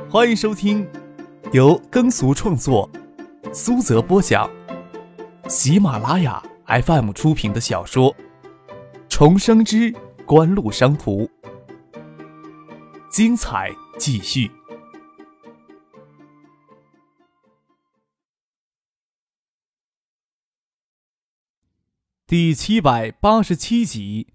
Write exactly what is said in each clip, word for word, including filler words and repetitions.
欢迎收听由耕俗创作、苏泽播讲、喜马拉雅 F M 出品的小说《重生之官路商途》，精彩继续。第七百八十七集。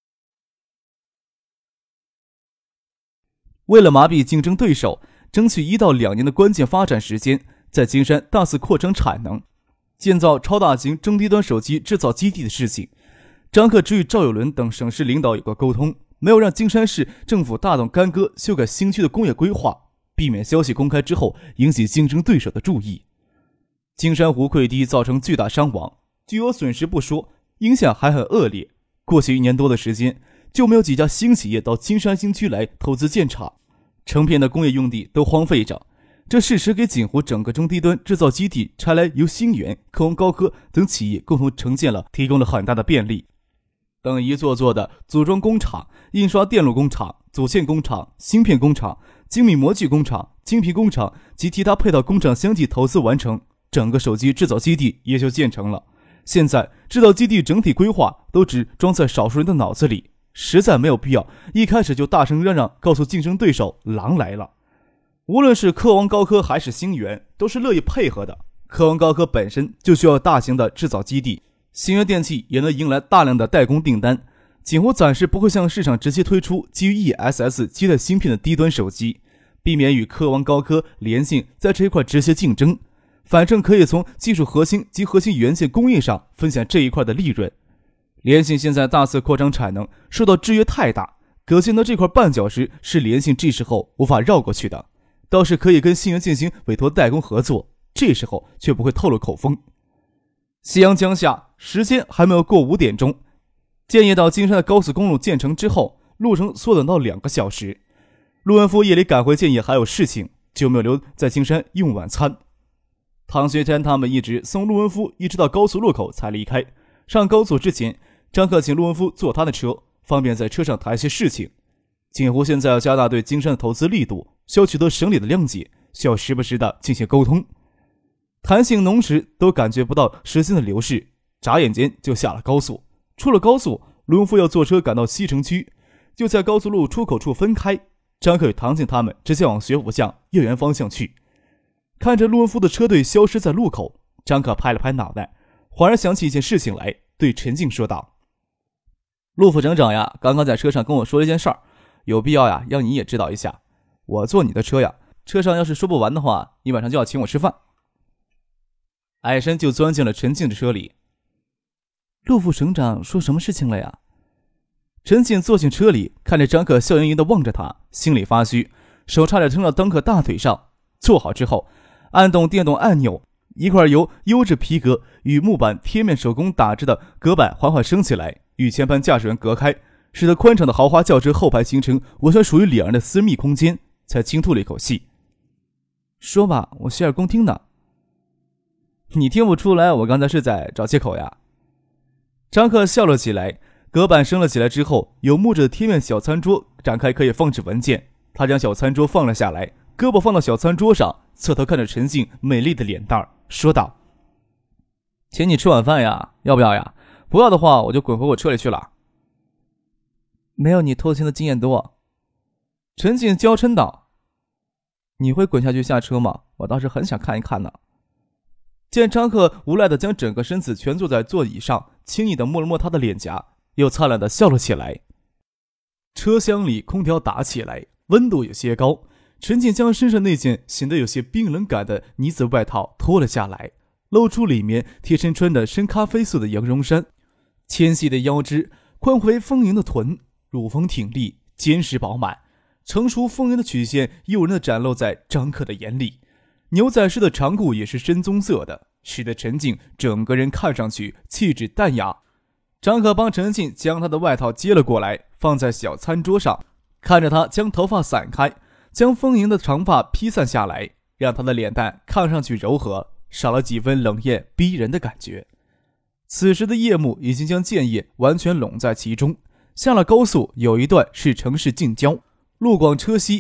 为了麻痹竞争对手，争取一到两年的关键发展时间，在金山大肆扩张产能，建造超大型中低端手机制造基地的事情，张克只与赵有伦等省市领导有过沟通，没有让金山市政府大动干戈修改新区的工业规划，避免消息公开之后引起竞争对手的注意。金山湖溃堤造成巨大伤亡，巨额损失不说，影响还很恶劣。过去一年多的时间，就没有几家新企业到金山新区来投资建厂，成片的工业用地都荒废着。这事实给锦湖整个中低端制造基地拆来由星源、科王高科等企业共同承建了，提供了很大的便利。等一座座的组装工厂、印刷电路工厂、组件工厂、芯片工厂、精密模具工厂、精皮工厂及其他配套工厂相继投资完成，整个手机制造基地也就建成了。现在制造基地整体规划都只装在少数人的脑子里，实在没有必要一开始就大声嚷嚷告诉竞争对手狼来了。无论是科王高科还是星源，都是乐意配合的。科王高科本身就需要大型的制造基地，星源电器也能迎来大量的代工订单。锦湖暂时不会向市场直接推出基于 E S S 基带芯片的低端手机，避免与科王高科、联信在这一块直接竞争，反正可以从技术核心及核心元件供应上分享这一块的利润。联信现在大肆扩张产能，受到制约太大，可见的这块绊脚石是联信这时候无法绕过去的，倒是可以跟信源进行委托代工合作，这时候却不会透露口风。夕阳将下，时间还没有过五点钟，建业到金山的高速公路建成之后，路程缩短到两个小时。陆文夫夜里赶回建业还有事情，就没有留在金山用晚餐。唐学天他们一直送陆文夫一直到高速路口才离开。上高速之前，张克请陆文夫坐他的车，方便在车上谈些事情。锦湖现在要加大对金山的投资力度，需要取得省里的谅解，需要时不时的进行沟通。谈性浓时都感觉不到时间的流逝，眨眼间就下了高速。出了高速，陆文夫要坐车赶到西城区，就在高速路出口处分开。张克与唐静他们直接往学府巷叶园方向去。看着陆文夫的车队消失在路口，张克拍了拍脑袋，恍然想起一件事情来，对陈静说道：陆副省长呀，刚刚在车上跟我说了一件事儿，有必要呀让你也知道一下。我坐你的车呀，车上要是说不完的话，你晚上就要请我吃饭。矮身就钻进了陈静的车里。陆副省长说什么事情了呀？陈静坐进车里，看着张克笑盈盈地望着他，心里发虚，手差点撑到张克大腿上。坐好之后，按动电动按钮，一块由优质皮革与木板贴面手工打制的隔板缓缓升起来，与前排驾驶员隔开，使得宽敞的豪华轿车后排形成完全属于两人的私密空间，才轻吐了一口气。说吧，我洗耳恭听呢。你听不出来我刚才是在找借口呀？张克笑了起来。隔板升了起来之后，有木质的贴面小餐桌展开可以放置文件，他将小餐桌放了下来，胳膊放到小餐桌上，侧头看着陈静美丽的脸蛋儿，说道：请你吃晚饭呀，要不要呀？不要的话我就滚回我车里去了。没有你偷情的经验多。陈静娇嗔道：你会滚下去下车吗？我倒是很想看一看呢。见张克无赖地将整个身子蜷坐在座椅上，轻易地摸了摸他的脸颊，又灿烂地笑了起来。车厢里空调打起来，温度有些高，陈静将身上那件显得有些冰冷感的呢子外套脱了下来，露出里面贴身穿的深咖啡色的羊绒衫，纤细的腰肢，宽回丰盈的臀，乳峰挺立，坚实饱满，成熟丰盈的曲线诱人地展露在张克的眼里。牛仔式的长裤也是深棕色的，使得陈静整个人看上去气质淡雅。张克帮陈静将他的外套接了过来，放在小餐桌上，看着他将头发散开，将丰盈的长发披散下来，让他的脸蛋看上去柔和，少了几分冷艳逼人的感觉。此时的夜幕已经将建业完全笼在其中，下了高速有一段是城市近郊，路广车稀，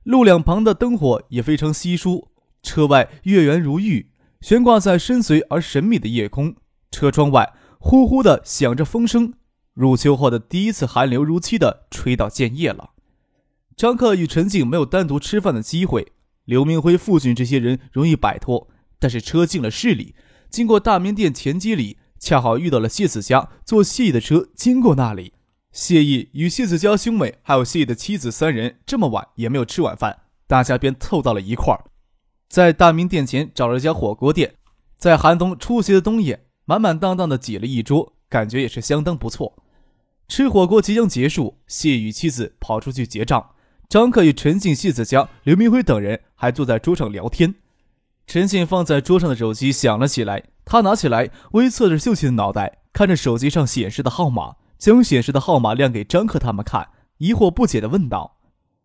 路两旁的灯火也非常稀疏，车外月圆如玉，悬挂在深邃而神秘的夜空。车窗外呼呼地响着风声，入秋后的第一次寒流如期地吹到建业了。张克与陈静没有单独吃饭的机会，刘明辉、傅俊这些人容易摆脱，但是车进了市里，经过大名店前街里，恰好遇到了谢子家坐谢意的车经过那里。谢意与谢子家兄妹还有谢意的妻子三人这么晚也没有吃晚饭，大家便凑到了一块儿，在大名店前找了一家火锅店，在寒冬初雪的冬夜，满满当当的挤了一桌，感觉也是相当不错。吃火锅即将结束，谢与妻子跑出去结账，张克与陈静、谢子家、刘明辉等人还坐在桌上聊天。陈静放在桌上的手机响了起来，他拿起来微侧着秀气的脑袋，看着手机上显示的号码，将显示的号码亮给张克他们看，疑惑不解地问道：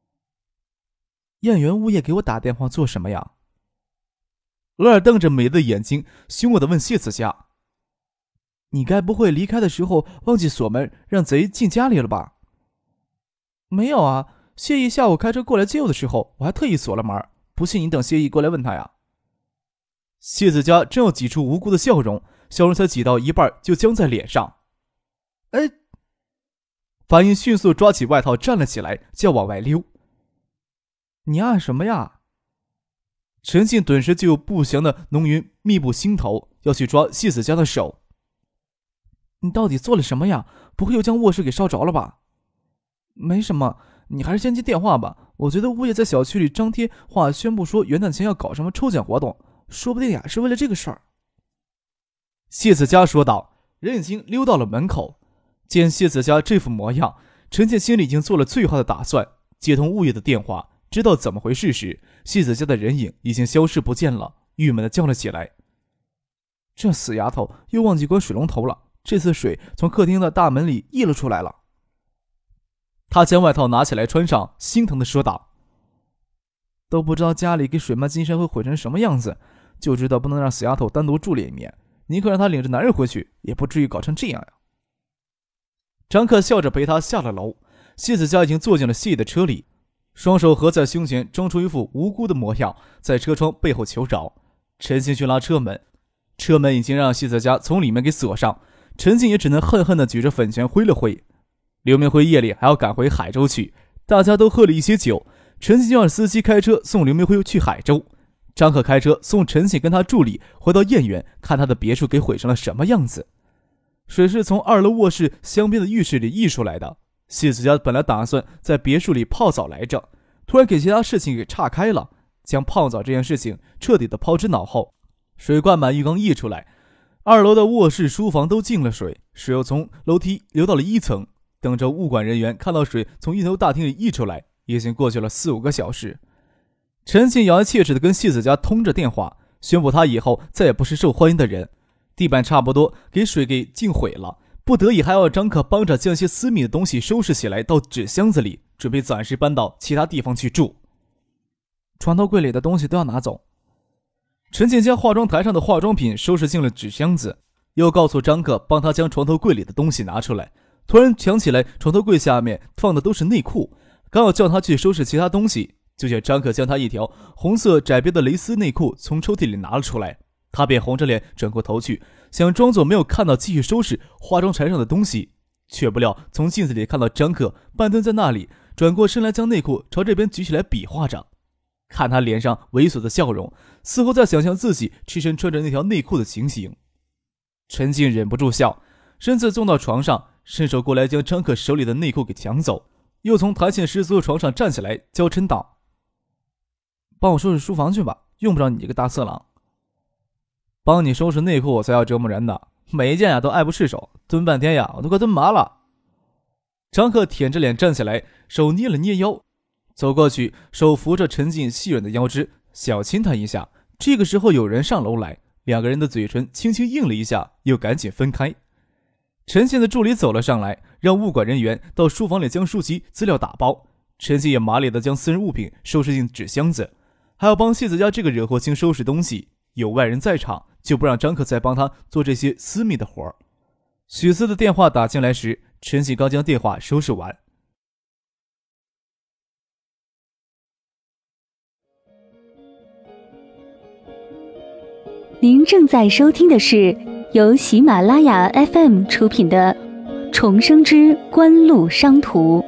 燕园物业给我打电话做什么呀？额尔瞪着美的眼睛，凶恶地问谢子家：你该不会离开的时候忘记锁门，让贼进家里了吧？没有啊，谢意下午开车过来接我的时候，我还特意锁了门，不信你等谢意过来问他呀。谢子家正要挤出无辜的笑容，笑容才挤到一半就僵在脸上。哎！法医迅速抓起外套站了起来，就要往外溜。你按什么呀？陈静顿时就有不祥的浓云密布心头，要去抓谢子家的手。你到底做了什么呀？不会又将卧室给烧着了吧？没什么，你还是先接电话吧。我觉得物业在小区里张贴话宣布说元旦前要搞什么抽奖活动，说不定呀是为了这个事儿。谢子家说道，人已经溜到了门口。见谢子家这副模样，陈倩心里已经做了最坏的打算。接通物业的电话，知道怎么回事时，谢子家的人影已经消失不见了，郁闷地叫了起来：这死丫头又忘记关水龙头了，这次水从客厅的大门里溢了出来了。他将外套拿起来穿上，心疼地说道：都不知道家里给水漫金山会毁成什么样子，就知道不能让死丫头单独住里面，宁可让她领着男人回去，也不至于搞成这样呀。张克笑着陪他下了楼，谢子家已经坐进了谢意的车里，双手合在胸前，装出一副无辜的模样，在车窗背后求饶。陈静去拉车门，车门已经让谢子家从里面给锁上，陈静也只能恨恨地举着粉拳挥了挥。刘明辉夜里还要赶回海州去，大家都喝了一些酒，陈静就让司机开车送刘明辉去海州，张克开车送陈静跟他助理回到燕园，看他的别墅给毁成了什么样子。水是从二楼卧室相边的浴室里溢出来的，谢子家本来打算在别墅里泡澡来着，突然给其他事情给岔开了，将泡澡这件事情彻底的抛之脑后。水灌满浴缸溢出来，二楼的卧室书房都进了水，水又从楼梯流到了一层。等着物管人员看到水从一楼大厅里溢出来，已经过去了四五个小时。陈静咬牙切齿地跟谢子家通着电话，宣布他以后再也不是受欢迎的人。地板差不多给水给浸毁了，不得已还要张克帮着将些私密的东西收拾起来到纸箱子里，准备暂时搬到其他地方去住。床头柜里的东西都要拿走。陈静将化妆台上的化妆品收拾进了纸箱子，又告诉张克帮他将床头柜里的东西拿出来。突然想起来床头柜下面放的都是内裤，刚要叫他去收拾其他东西，就见张克将他一条红色窄边的蕾丝内裤从抽屉里拿了出来。他便红着脸转过头去，想装作没有看到继续收拾化妆台上的东西，却不料从镜子里看到张克半蹲在那里，转过身来将内裤朝这边举起来比划着。看他脸上猥琐的笑容，似乎在想象自己赤身穿着那条内裤的情形。陈静忍不住笑，身子纵到床上，伸手过来将张克手里的内裤给抢走，又从弹性十足的床上站起来，娇嗔道：帮我收拾书房去吧，用不着你这个大色狼。帮你收拾内裤才要折磨人的，每一件呀都爱不释手，蹲半天呀我都快蹲麻了。张克舔着脸站起来，手捏了捏腰，走过去，手扶着陈静细软的腰肢，小亲他一下。这个时候有人上楼来，两个人的嘴唇轻轻应了一下，又赶紧分开。陈静的助理走了上来，让物管人员到书房里将书籍资料打包。陈静也麻利地将私人物品收拾进纸箱子，还要帮谢子家这个惹祸精收拾东西。有外人在场，就不让张克再帮他做这些私密的活儿。许思的电话打进来时，陈静刚将电话收拾完。 您正在收听的是由喜马拉雅 F M 出品的《重生之官路商途》。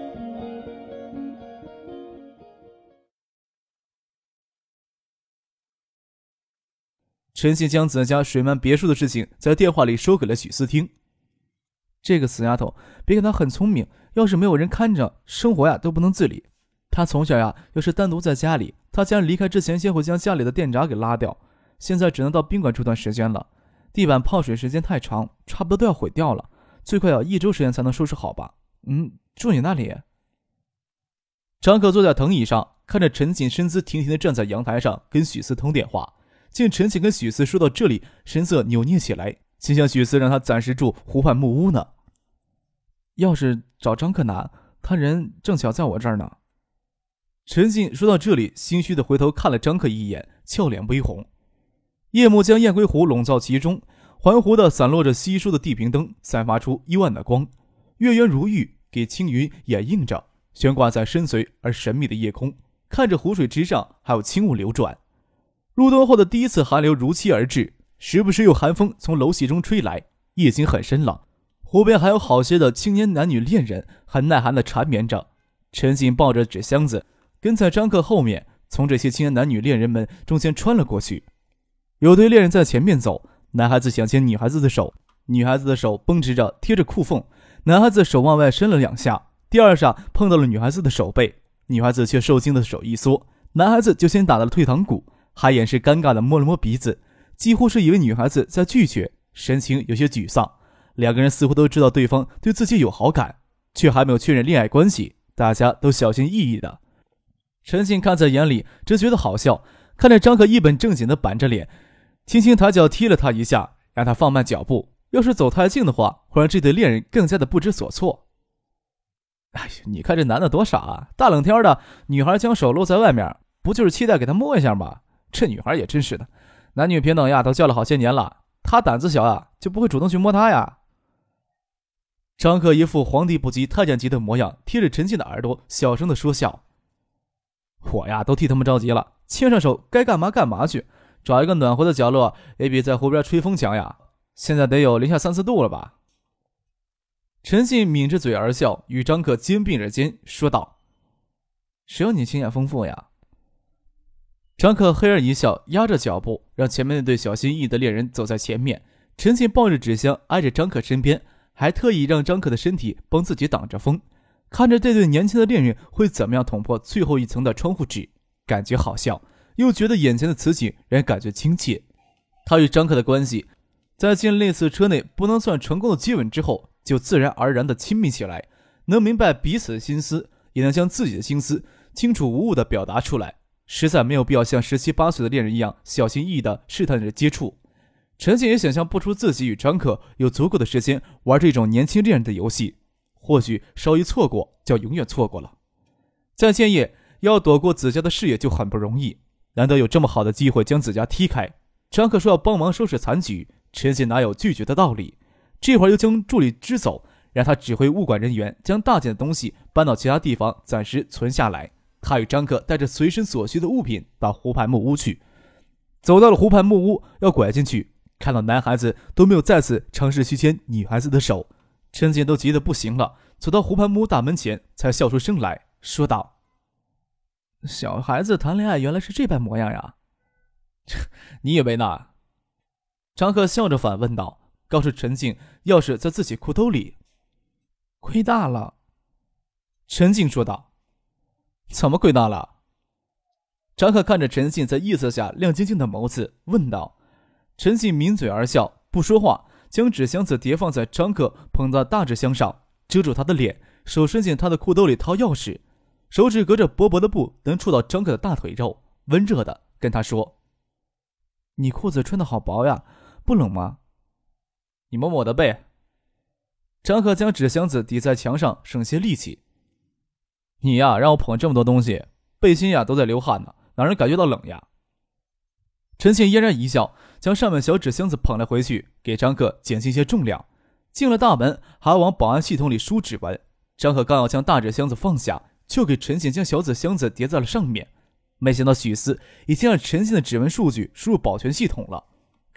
陈信将自家水漫别墅的事情在电话里说给了许思听。这个死丫头，别看她很聪明，要是没有人看着，生活呀都不能自理。她从小呀，要是单独在家里，她家人离开之前先会将家里的电闸给拉掉，现在只能到宾馆住段时间了。地板泡水时间太长，差不多都要毁掉了，最快要一周时间才能收拾好吧。嗯，住你那里。张可坐在藤椅上，看着陈信身姿亭亭地站在阳台上跟许思通电话。见陈信跟许思说到这里，神色扭捏起来，心想许思让他暂时住湖畔木屋呢。要是找张克南，他人正巧在我这儿呢。陈信说到这里，心虚地回头看了张克一眼，俏脸微红。夜幕将雁归湖笼罩其中，环湖的散落着稀疏的地平灯散发出幽暗的光，月圆如玉，给青云掩映着，悬挂在深邃而神秘的夜空。看着湖水之上还有轻雾流转，入冬后的第一次寒流如期而至，时不时有寒风从楼隙中吹来，夜景很深冷。湖边还有好些的青年男女恋人很耐寒地缠绵着。陈信抱着纸箱子跟在张克后面，从这些青年男女恋人们中间穿了过去。有对恋人在前面走，男孩子想牵女孩子的手，女孩子的手绷直着贴着裤缝，男孩子手往外伸了两下，第二下碰到了女孩子的手背，女孩子却受惊的手一缩，男孩子就先打了退堂鼓，还掩饰尴尬地摸了摸鼻子，几乎是以为女孩子在拒绝，神情有些沮丧。两个人似乎都知道对方对自己有好感，却还没有确认恋爱关系，大家都小心翼翼的。陈信看在眼里，只觉得好笑，看着张可一本正经地板着脸，轻轻抬脚踢了他一下，让他放慢脚步，要是走太近的话，会让这对恋人更加的不知所措。哎呀，你看这男的多傻啊，大冷天的，女孩将手露在外面，不就是期待给他摸一下吗？这女孩也真是的，男女平等呀，都叫了好些年了，他胆子小呀，就不会主动去摸她呀。张克一副皇帝不急太监急的模样，贴着陈信的耳朵小声地说笑。我呀都替他们着急了，牵上手该干嘛干嘛去，找一个暖和的角落也比在湖边吹风强呀。现在得有零下三四度了吧。陈信抿着嘴而笑，与张克肩并着肩说道：谁有你经验丰富呀。张克嘿然一笑，压着脚步让前面那对小心翼翼的恋人走在前面。陈信抱着纸箱挨着张克身边，还特意让张克的身体帮自己挡着风，看着这对年轻的恋人会怎么样捅破最后一层的窗户纸，感觉好笑，又觉得眼前的此景让人感觉亲切。他与张克的关系在进类似车内不能算成功的接吻之后，就自然而然地亲密起来，能明白彼此的心思，也能将自己的心思清楚无误地表达出来，实在没有必要像十七八岁的恋人一样小心翼翼地试探着接触。陈信也想象不出自己与张克有足够的时间玩这种年轻恋人的游戏，或许稍一错过就要永远错过了。在建业要躲过子家的视野就很不容易，难得有这么好的机会将子家踢开。张克说要帮忙收拾残局，陈信哪有拒绝的道理，这会儿又将助理支走，让他指挥物管人员将大件的东西搬到其他地方暂时存下来。他与张克带着随身所需的物品到湖畔木屋去。走到了湖畔木屋，要拐进去，看到男孩子都没有再次尝试去牵女孩子的手，陈信都急得不行了，走到湖畔木屋大门前才笑出声来，说道：小孩子谈恋爱原来是这般模样呀。你以为呢？张克笑着反问道，告诉陈静钥匙在自己裤兜里。亏大了。陈静说道。怎么亏大了？张克看着陈静在夜色下亮晶晶的眸子问道。陈静抿嘴而笑，不说话，将纸箱子叠放在张克捧的大纸箱上，遮住他的脸，手伸进他的裤兜里掏钥匙，手指隔着薄薄的布能触到张克的大腿肉，温热的跟他说：你裤子穿得好薄呀，不冷吗？你摸摸我的背。张克将纸箱子抵在墙上，省些力气。你呀，让我捧这么多东西，背心呀都在流汗呢，哪能感觉到冷呀？陈信嫣然一笑，将上面小纸箱子捧了回去，给张克减轻些重量。进了大门，还要往保安系统里输指纹。张克刚要将大纸箱子放下，就给陈信将小纸箱子叠在了上面。没想到许思已经让陈信的指纹数据输入保全系统了。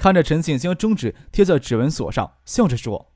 看着陈信将中指贴在指纹锁上，笑着说：“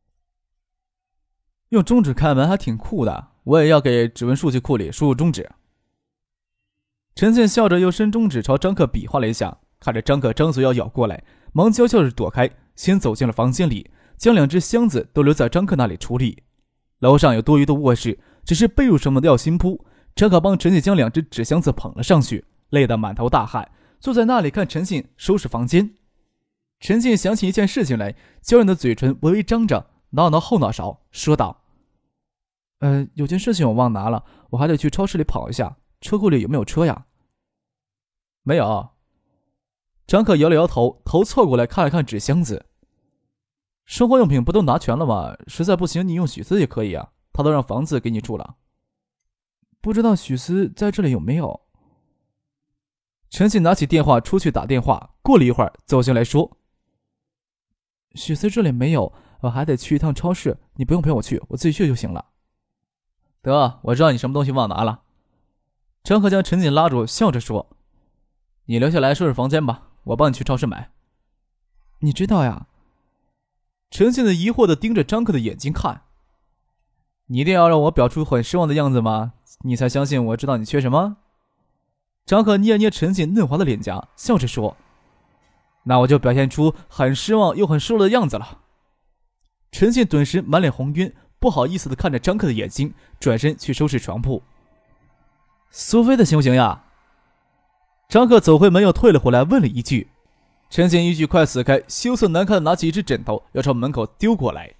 用中指开门还挺酷的，我也要给指纹数据库里输入中指。”陈信笑着又伸中指朝张克比划了一下，看着张克张嘴要咬过来，忙娇笑着躲开，先走进了房间里，将两只箱子都留在张克那里处理。楼上有多余的卧室，只是被褥什么的要新铺。张克帮陈信将两只纸箱子捧了上去，累得满头大汗，坐在那里看陈信收拾房间。陈信想起一件事情来，娇软的嘴唇微微张着，挠挠后脑勺，说道：“呃，有件事情我忘拿了，我还得去超市里跑一下，车库里有没有车呀？”“没有。”张克摇了摇头，头凑过来看了看纸箱子。“生活用品不都拿全了吗？实在不行你用许思也可以啊，他都让房子给你住了。”“不知道许思在这里有没有？”陈信拿起电话出去打电话，过了一会儿走进来说：“许思这里没有，我还得去一趟超市，你不用陪我去，我自己去就行了。”“得，我知道你什么东西忘拿了。”张克将陈信拉住，笑着说：“你留下来收拾房间吧，我帮你去超市买。”“你知道呀？”陈信的疑惑地盯着张克的眼睛看。“你一定要让我表出很失望的样子吗？你才相信我知道你缺什么？”张克捏捏陈信嫩滑的脸颊，笑着说：“那我就表现出很失望又很失落的样子了。”陈信顿时满脸红晕，不好意思地看着张克的眼睛，转身去收拾床铺。“苏菲的行不行呀？”张克走回门又退了回来，问了一句。陈信一句快死开，羞涩难看地拿起一只枕头要朝门口丢过来。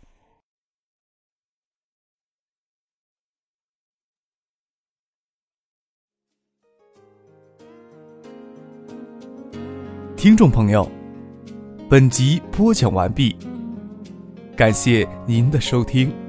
听众朋友，本集播讲完毕，感谢您的收听。